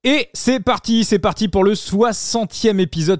Et c'est parti pour le 60e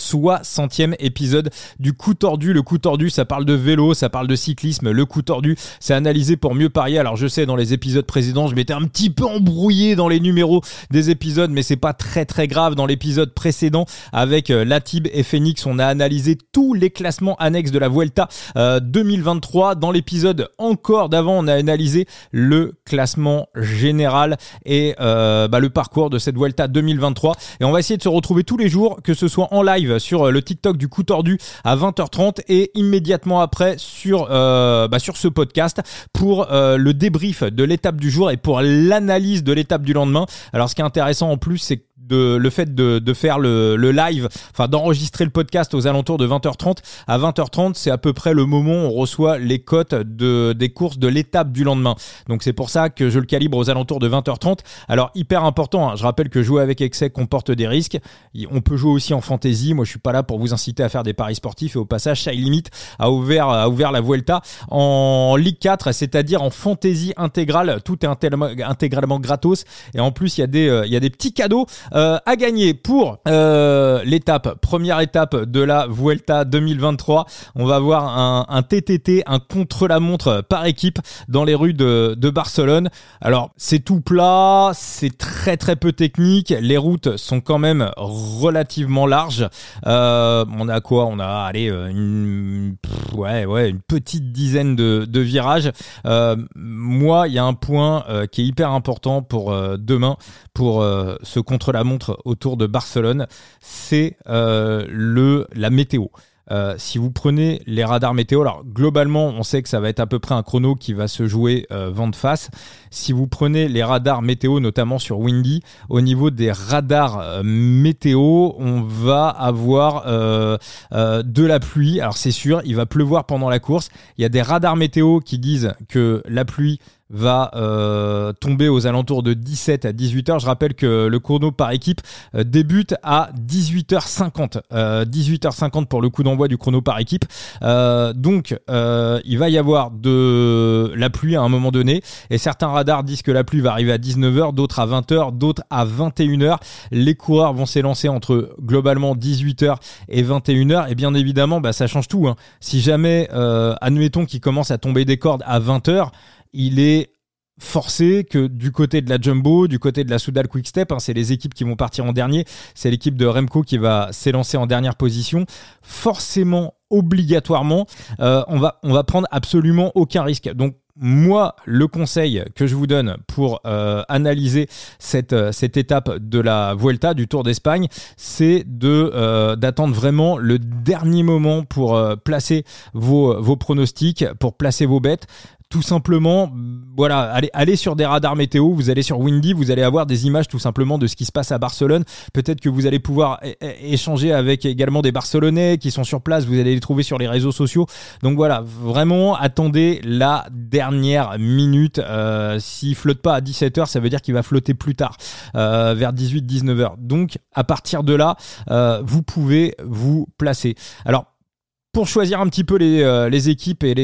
épisode du Coup Tordu. Le Coup Tordu, ça parle de vélo, ça parle de cyclisme. Le Coup Tordu, c'est analysé pour mieux parier. Alors je sais, dans les épisodes précédents, je m'étais un petit peu embrouillé dans les numéros des épisodes, mais c'est pas très grave. Dans l'épisode précédent, avec Latib et Phoenix, on a analysé tous les classements annexes de la Vuelta 2023. Dans l'épisode encore d'avant, on a analysé le classement général et le parcours de cette Vuelta 2023, et on va essayer de se retrouver tous les jours, que ce soit en live sur le TikTok du Coup Tordu à 20h30 et immédiatement après sur ce podcast pour le débrief de l'étape du jour et pour l'analyse de l'étape du lendemain. Alors ce qui est intéressant en plus, c'est le fait de faire le live, enfin d'enregistrer le podcast aux alentours de 20h30. À 20h30, c'est à peu près le moment où on reçoit les cotes des courses de l'étape du lendemain. Donc c'est pour ça que je le calibre aux alentours de 20h30. Alors hyper important, je rappelle que jouer avec excès comporte des risques. On peut jouer aussi en fantasy. Moi je suis pas là pour vous inciter à faire des paris sportifs, et au passage Shy Limit a ouvert la Vuelta en Ligue 4, c'est-à-dire en fantasy intégrale. Tout est intégralement gratos, et en plus il y a des petits cadeaux à gagner pour première étape de la Vuelta 2023. On va avoir un TTT, un contre-la-montre par équipe dans les rues de Barcelone. Alors c'est tout plat, c'est très peu technique, les routes sont quand même relativement larges. On a quoi ? On a une petite dizaine de virages. Moi, il y a un point qui est hyper important pour demain, pour ce contre-la-montre autour de Barcelone, c'est la météo. Si vous prenez les radars météo, alors globalement on sait que ça va être à peu près un chrono qui va se jouer vent de face. Si vous prenez les radars météo, notamment sur Windy, au niveau des radars météo, on va avoir de la pluie. Alors c'est sûr, il va pleuvoir pendant la course. Il y a des radars météo qui disent que la pluie va tomber aux alentours de 17 à 18h. Je rappelle que le chrono par équipe débute à 18h50. 18h50 pour le coup d'envoi du chrono par équipe. Donc il va y avoir de la pluie à un moment donné, et certains radars disent que la pluie va arriver à 19h, d'autres à 20h, d'autres à 21h. Les coureurs vont s'élancer entre globalement 18h et 21h, et bien évidemment ça change tout. Si jamais admettons qu'il commence à tomber des cordes à 20h, il est forcé que du côté de la Jumbo, du côté de la Soudal Quick-Step, c'est les équipes qui vont partir en dernier, c'est l'équipe de Remco qui va s'élancer en dernière position, forcément, obligatoirement, on va prendre absolument aucun risque. Donc moi, le conseil que je vous donne pour analyser cette étape de la Vuelta, du Tour d'Espagne, c'est d'attendre vraiment le dernier moment pour placer vos pronostics, pour placer vos bêtes. Tout simplement, allez sur des radars météo, vous allez sur Windy, vous allez avoir des images tout simplement de ce qui se passe à Barcelone. Peut-être que vous allez pouvoir échanger avec également des Barcelonais qui sont sur place, vous allez les trouver sur les réseaux sociaux. Donc voilà, vraiment attendez la dernière minute. S'il flotte pas à 17h, ça veut dire qu'il va flotter plus tard, vers 18-19h. Donc à partir de là, vous pouvez vous placer. Alors, pour choisir un petit peu les équipes et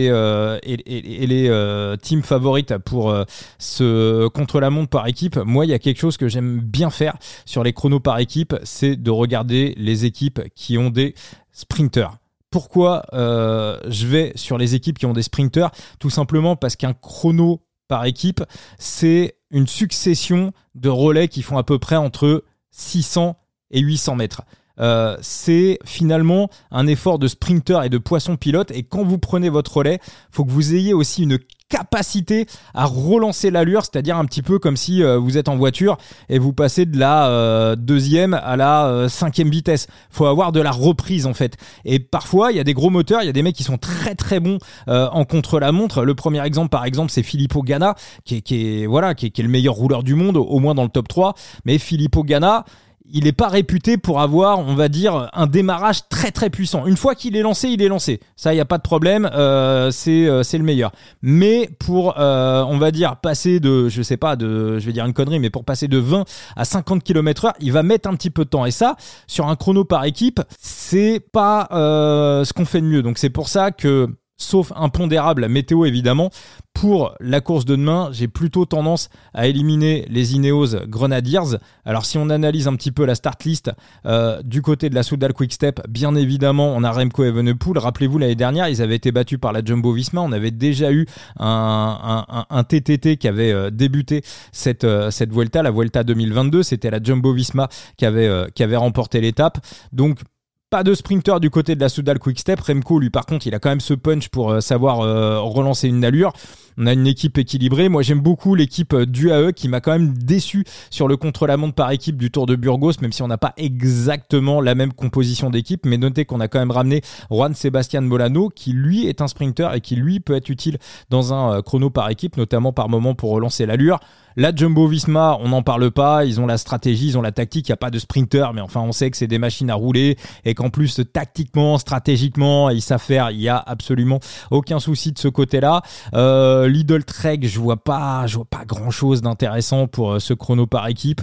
les teams favorites pour ce contre-la-montre par équipe, moi il y a quelque chose que j'aime bien faire sur les chronos par équipe, c'est de regarder les équipes qui ont des sprinters. Pourquoi je vais sur les équipes qui ont des sprinters ? Tout simplement parce qu'un chrono par équipe, c'est une succession de relais qui font à peu près entre 600 et 800 mètres. C'est finalement un effort de sprinter et de poisson pilote, et quand vous prenez votre relais, faut que vous ayez aussi une capacité à relancer l'allure, c'est-à-dire un petit peu comme si vous êtes en voiture et vous passez de la deuxième à la cinquième vitesse. Faut avoir de la reprise en fait. Et parfois il y a des gros moteurs, il y a des mecs qui sont très bons en contre-la-montre. Le premier exemple par exemple c'est Filippo Ganna qui est le meilleur rouleur du monde, au moins dans le top 3. Mais Filippo Ganna, il n'est pas réputé pour avoir, on va dire, un démarrage très puissant. Une fois qu'il est lancé, il est lancé. Ça, il n'y a pas de problème, c'est le meilleur. Mais pour, on va dire, passer je vais dire une connerie, mais pour passer de 20 à 50 km/h, il va mettre un petit peu de temps. Et ça, sur un chrono par équipe, c'est pas ce qu'on fait de mieux. Donc c'est pour ça que sauf impondérable météo évidemment. Pour la course de demain, j'ai plutôt tendance à éliminer les Ineos Grenadiers. Alors si on analyse un petit peu la start list du côté de la Soudal Quick-Step, bien évidemment on a Remco Evenepoel. Rappelez-vous, l'année dernière ils avaient été battus par la Jumbo-Visma. On avait déjà eu un TTT qui avait débuté cette Vuelta, la Vuelta 2022. C'était la Jumbo-Visma qui avait remporté l'étape. Donc pas de sprinter du côté de la Soudal Quick-Step. Remco, lui, par contre, il a quand même ce punch pour savoir relancer une allure. On a une équipe équilibrée. Moi, j'aime beaucoup l'équipe d'UAE qui m'a quand même déçu sur le contre-la-montre par équipe du Tour de Burgos, même si on n'a pas exactement la même composition d'équipe. Mais notez qu'on a quand même ramené Juan Sebastian Molano, qui lui est un sprinter et qui lui peut être utile dans un chrono par équipe, notamment par moment pour relancer l'allure. La Jumbo-Visma, on n'en parle pas, ils ont la stratégie, ils ont la tactique, il n'y a pas de sprinter, mais enfin on sait que c'est des machines à rouler et qu'en plus tactiquement, stratégiquement, ils savent faire, il n'y a absolument aucun souci de ce côté-là. Lidl Trek, je vois pas grand-chose d'intéressant pour ce chrono par équipe.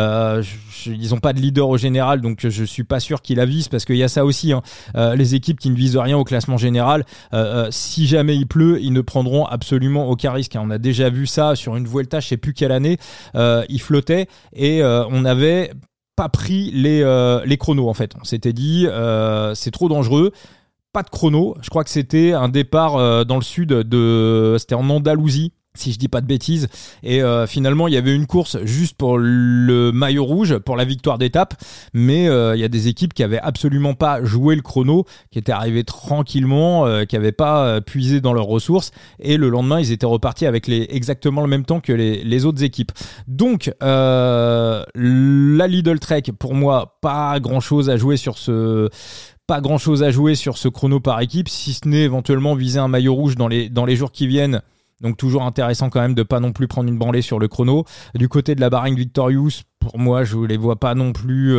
Ils n'ont pas de leader au général, donc je suis pas sûr qu'ils la visent, parce qu'il y a ça aussi, les équipes qui ne visent rien au classement général, si jamais il pleut, ils ne prendront absolument aucun risque. On a déjà vu ça sur une Vuelta, je sais plus quelle année, il flottait et on avait pas pris les chronos en fait. On s'était dit c'est trop dangereux. Pas de chrono. Je crois que c'était un départ dans le sud c'était en Andalousie, si je dis pas de bêtises, et finalement il y avait une course juste pour le maillot rouge, pour la victoire d'étape, mais il y a des équipes qui avaient absolument pas joué le chrono, qui étaient arrivées tranquillement, qui avaient pas puisé dans leurs ressources, et le lendemain ils étaient repartis avec exactement le même temps que les autres équipes. Donc la Lidl Trek, pour moi, pas grand chose à jouer sur ce chrono par équipe, si ce n'est éventuellement viser un maillot rouge dans les jours qui viennent. Donc toujours intéressant quand même de pas non plus prendre une branlée sur le chrono. Du côté de la Bahrain Victorious, pour moi, je les vois pas non plus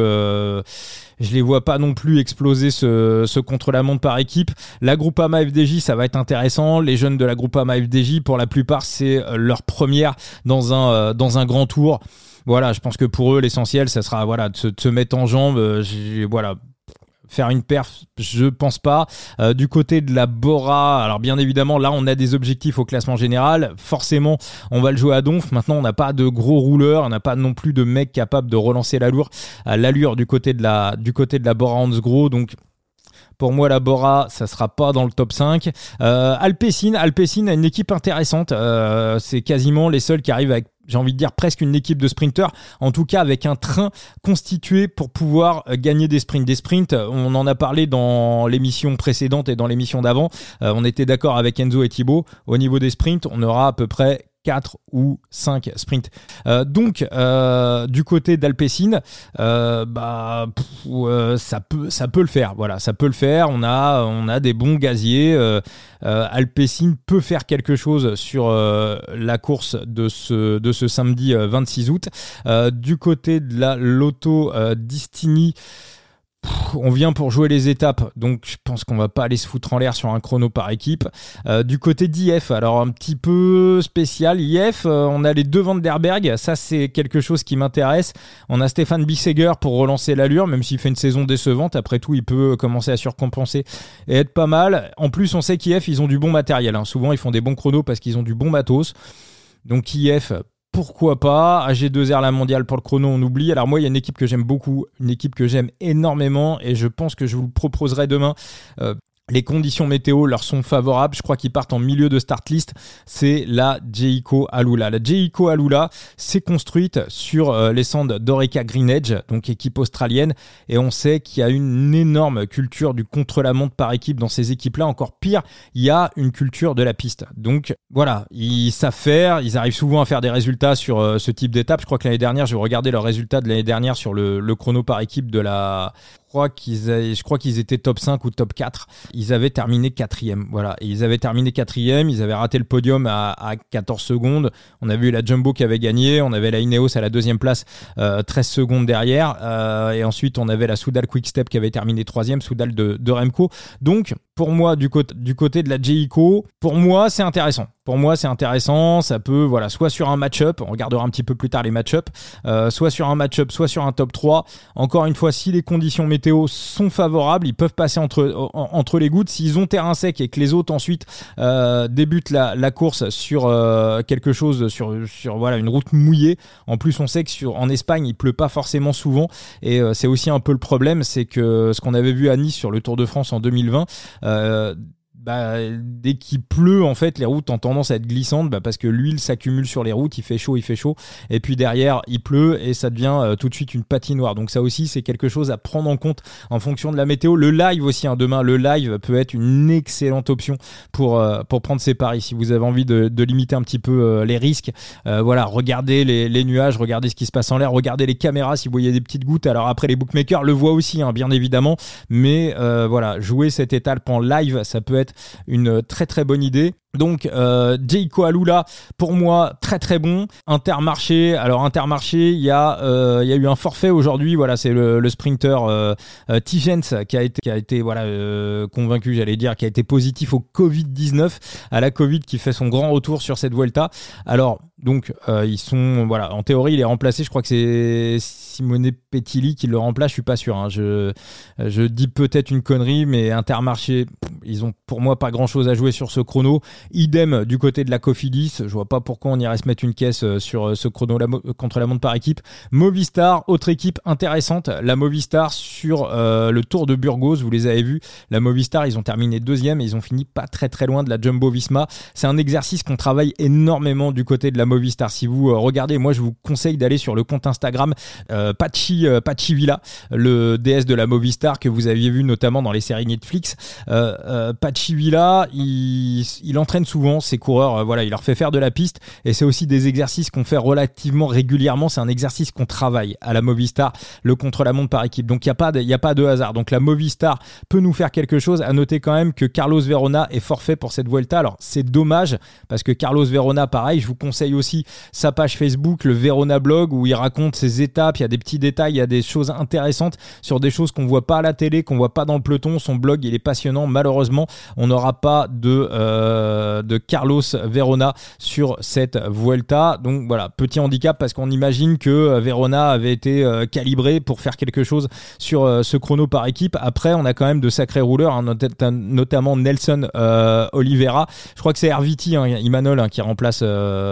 exploser ce contre-la-montre par équipe. La Groupama FDJ, ça va être intéressant. Les jeunes de la Groupama FDJ, pour la plupart, c'est leur première dans un grand tour. Voilà, je pense que pour eux, l'essentiel, ça sera de se mettre en jambes. Faire une perf, je pense pas. Du côté de la Bora, alors bien évidemment, là, on a des objectifs au classement général. Forcément, on va le jouer à donf. Maintenant, on n'a pas de gros rouleurs, on n'a pas non plus de mecs capables de relancer l'allure du côté de la Bora Hansgrohe. Donc, pour moi, la Bora, ça sera pas dans le top 5. Alpecin a une équipe intéressante. C'est quasiment les seuls qui arrivent avec, j'ai envie de dire, presque une équipe de sprinters, en tout cas avec un train constitué pour pouvoir gagner des sprints. Des sprints, on en a parlé dans l'émission précédente et dans l'émission d'avant, on était d'accord avec Enzo et Thibaut, au niveau des sprints, on aura à peu près 4 ou 5 sprints. Donc du côté d'Alpecin, ça peut le faire. Voilà, ça peut le faire. On a des bons gaziers. Alpecin peut faire quelque chose sur la course de ce samedi 26 août. Du côté de la Lotto Destiny, on vient pour jouer les étapes, donc je pense qu'on va pas aller se foutre en l'air sur un chrono par équipe. Du côté d'IF, alors un petit peu spécial, IF, on a les deux Van der Berg, ça c'est quelque chose qui m'intéresse. On a Stefan Bissegger pour relancer l'allure, même s'il fait une saison décevante, après tout il peut commencer à surcompenser et être pas mal. En plus on sait qu'IF, ils ont du bon matériel, souvent ils font des bons chronos parce qu'ils ont du bon matos, donc IF, pourquoi pas. AG2R, la mondiale pour le chrono, on oublie. Alors moi, il y a une équipe que j'aime beaucoup, une équipe que j'aime énormément, et je pense que je vous le proposerai demain. Les conditions météo leur sont favorables. Je crois qu'ils partent en milieu de start list. C'est la Jayco Alula. La Jayco Alula s'est construite sur les cendres d'Orica Green Edge, donc équipe australienne. Et on sait qu'il y a une énorme culture du contre-la-montre par équipe dans ces équipes-là. Encore pire, il y a une culture de la piste. Donc voilà, ils savent faire. Ils arrivent souvent à faire des résultats sur ce type d'étape. Je crois que l'année dernière, je vais regarder leurs résultats de l'année dernière sur le chrono par équipe de la... Je crois qu'ils étaient top 5 ou top 4. Ils avaient terminé 4e. Voilà. Et ils avaient terminé 4e. Ils avaient raté le podium à 14 secondes. On a vu la Jumbo qui avait gagné. On avait la Ineos à la deuxième place, 13 secondes derrière. Et ensuite, on avait la Soudal Quick-Step qui avait terminé 3e, Soudal de Remco. Donc, pour moi, du côté de la Jayco, pour moi, c'est intéressant. Ça peut, soit sur un match-up, on regardera un petit peu plus tard les match-up, soit sur un match-up, soit sur un top 3. Encore une fois, si les conditions météo météo sont favorables, ils peuvent passer entre les gouttes. S'ils ont terrain sec et que les autres ensuite débutent la course sur quelque chose, sur voilà, une route mouillée. En plus, on sait que en Espagne, il pleut pas forcément souvent, et c'est aussi un peu le problème, c'est que ce qu'on avait vu à Nice sur le Tour de France en 2020, dès qu'il pleut, en fait, les routes ont tendance à être glissantes, parce que l'huile s'accumule sur les routes, il fait chaud, et puis derrière il pleut et ça devient tout de suite une patinoire. Donc ça aussi, c'est quelque chose à prendre en compte en fonction de la météo. Le live aussi, demain, le live peut être une excellente option pour prendre ses paris. Si vous avez envie de limiter un petit peu les risques, voilà, regardez les nuages, regardez ce qui se passe en l'air, regardez les caméras si vous voyez des petites gouttes. Alors après, les bookmakers le voient aussi, bien évidemment, mais voilà, jouer cette étape en live, ça peut être une très très bonne idée. Donc Jayco Alula, pour moi, très très bon. Intermarché, il y a eu un forfait aujourd'hui, voilà, c'est le sprinter Tigens qui a été convaincu, j'allais dire, qui a été positif au Covid-19, à la Covid, qui fait son grand retour sur cette Vuelta. Alors donc ils sont, voilà, en théorie il est remplacé, je crois que c'est Simone Petilli qui le remplace, je suis pas sûr, je dis peut-être une connerie, mais Intermarché, ils ont pour moi pas grand chose à jouer sur ce chrono. Idem du côté de la Cofidis, je vois pas pourquoi on irait se mettre une caisse sur ce chrono contre la montre par équipe. Movistar, autre équipe intéressante, la Movistar sur le Tour de Burgos, vous les avez vus, la Movistar, ils ont terminé deuxième et ils ont fini pas très très loin de la Jumbo-Visma. C'est un exercice qu'on travaille énormément du côté de la Movistar. Si vous regardez, moi je vous conseille d'aller sur le compte Instagram Pachi Villa, le DS de la Movistar que vous aviez vu notamment dans les séries Netflix. Pachi Villa, il entraîne souvent ses coureurs, voilà, il leur fait faire de la piste, et c'est aussi des exercices qu'on fait relativement régulièrement. C'est un exercice qu'on travaille à la Movistar, le contre-la-montre par équipe. Donc il y a pas de hasard. Donc la Movistar peut nous faire quelque chose. À noter quand même que Carlos Verona est forfait pour cette Vuelta. Alors c'est dommage parce que Carlos Verona, pareil, je vous conseille aussi sa page Facebook, le Verona Blog, où il raconte ses étapes. Il y a des petits détails, il y a des choses intéressantes sur des choses qu'on voit pas à la télé, qu'on voit pas dans le peloton. Son blog, il est passionnant. Malheureusement, on n'aura pas de Carlos Verona sur cette Vuelta. Donc voilà, petit handicap parce qu'on imagine que Verona avait été calibré pour faire quelque chose sur ce chrono par équipe. Après, on a quand même de sacrés rouleurs, notamment Nelson Oliveira. Je crois que c'est Herviti, Imanol, qui remplace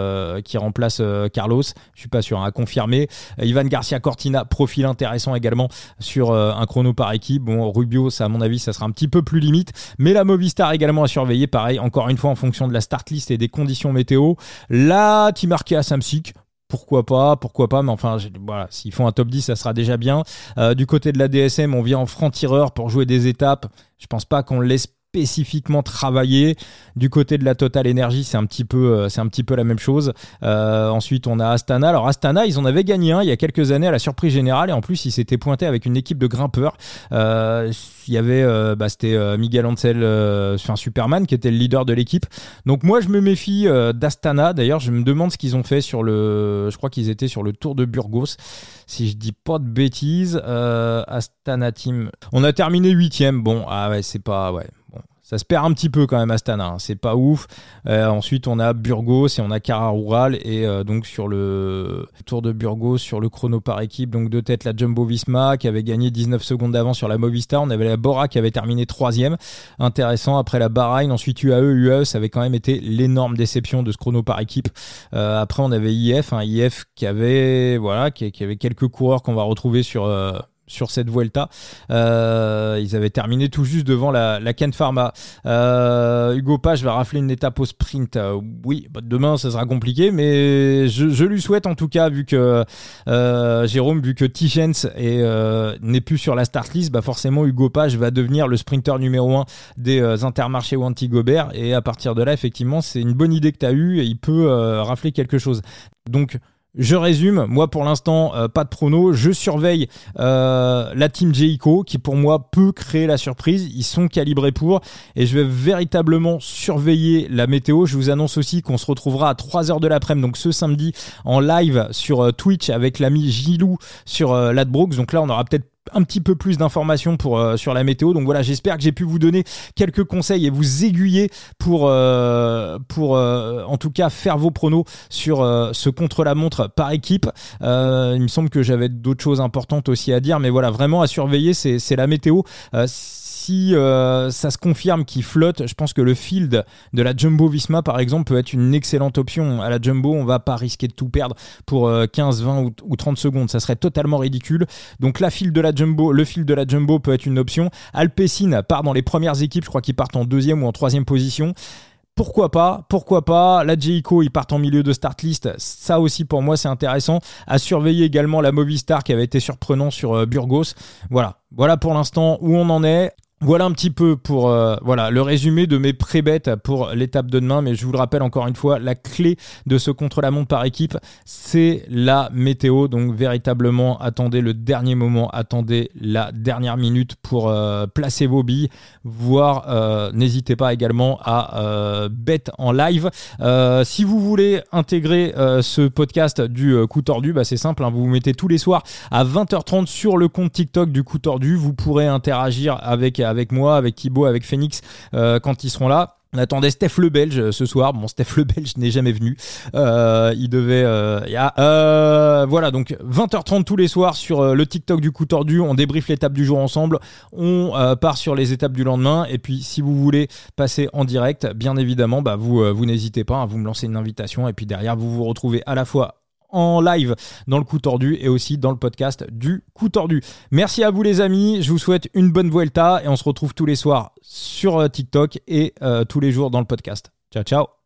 Carlos. Je suis pas sûr, à confirmer. Ivan Garcia Cortina, profil intéressant également sur un chrono par équipe. Bon, Rubio, ça à mon avis, ça sera un petit peu plus limite. Mais la Movistar également à surveiller. Pareil, encore une fois, en fonction de la start list et des conditions météo. La Team Arkea Samsic, pourquoi pas, mais enfin, voilà, s'ils font un top 10, ça sera déjà bien. Du côté de la DSM, on vient en franc-tireur pour jouer des étapes. Je pense pas qu'on le laisse spécifiquement travaillé. Du côté de la Total Energy, c'est un petit peu la même chose. Ensuite, on a Astana. Alors Astana, ils en avaient gagné un il y a quelques années à la surprise générale, et en plus, ils s'étaient pointés avec une équipe de grimpeurs. Il y avait, c'était Miguel Ansel, Superman, qui était le leader de l'équipe. Donc moi, je me méfie d'Astana. D'ailleurs, je me demande ce qu'ils ont fait je crois qu'ils étaient sur le Tour de Burgos, si je dis pas de bêtises. Astana Team. On a terminé 8e. Bon, c'est pas, bon. Ça se perd un petit peu quand même Astana, c'est pas ouf. Ensuite on a Burgos et on a Cara Rural, et donc sur le Tour de Burgos, sur le chrono par équipe, donc de tête la Jumbo-Visma qui avait gagné 19 secondes d'avance sur la Movistar. On avait la Bora qui avait terminé 3e, intéressant. Après la Bahreïn, ensuite UAE, ça avait quand même été l'énorme déception de ce chrono par équipe. Après on avait IF qui avait quelques coureurs qu'on va retrouver sur cette Vuelta. Ils avaient terminé tout juste devant la Ken Pharma. Hugo Page va rafler une étape au sprint. Oui, demain ça sera compliqué, mais je lui souhaite en tout cas, vu que Jérôme, vu que Tichens n'est plus sur la start list, forcément Hugo Page va devenir le sprinter numéro 1 des Intermarché ou Anti-Gobert, et à partir de là, effectivement, c'est une bonne idée que tu as eue et il peut rafler quelque chose. Donc je résume, moi pour l'instant pas de prono, je surveille la team Jayco qui pour moi peut créer la surprise, ils sont calibrés pour, et je vais véritablement surveiller la météo. Je vous annonce aussi qu'on se retrouvera à 3h de l'après-midi, donc ce samedi en live sur Twitch avec l'ami Gilou sur l'Adbrooks. Donc là on aura peut-être un petit peu plus d'informations sur la météo. Donc voilà, j'espère que j'ai pu vous donner quelques conseils et vous aiguiller pour en tout cas faire vos pronos sur ce contre-la-montre par équipe. Il me semble que j'avais d'autres choses importantes aussi à dire, mais voilà, vraiment à surveiller, c'est la météo. Si ça se confirme qu'il flotte, je pense que le field de la Jumbo-Visma par exemple peut être une excellente option. À la Jumbo, on va pas risquer de tout perdre pour 15, 20 ou 30 secondes, ça serait totalement ridicule. Donc le field de la Jumbo peut être une option. Alpecin part dans les premières équipes, je crois qu'ils partent en 2e ou en 3e position. Pourquoi pas, la Jayco, ils partent en milieu de start list, ça aussi pour moi c'est intéressant. À surveiller également la Movistar qui avait été surprenant sur Burgos. Voilà pour l'instant où on en est. Voilà un petit peu pour le résumé de mes pré-bêtes pour l'étape de demain, mais je vous le rappelle encore une fois, la clé de ce contre-la-montre par équipe, c'est la météo. Donc véritablement, attendez le dernier moment, attendez la dernière minute pour placer vos billes, voire n'hésitez pas également à bet en live. Si vous voulez intégrer ce podcast du coup tordu, c'est simple, vous vous mettez tous les soirs à 20h30 sur le compte TikTok du coup tordu, vous pourrez interagir avec moi, avec Thibaut, avec Phoenix quand ils seront là. On attendait Steph le Belge ce soir. Bon, Steph le Belge n'est jamais venu. Il devait... voilà, donc 20h30 tous les soirs sur le TikTok du coup tordu. On débriefe l'étape du jour ensemble. On part sur les étapes du lendemain. Et puis, si vous voulez passer en direct, bien évidemment, vous n'hésitez pas. Vous me lancez une invitation. Et puis derrière, vous vous retrouvez à la fois en live dans le coup tordu et aussi dans le podcast du coup tordu. Merci à vous les amis, je vous souhaite une bonne Vuelta et on se retrouve tous les soirs sur TikTok et tous les jours dans le podcast. Ciao ciao.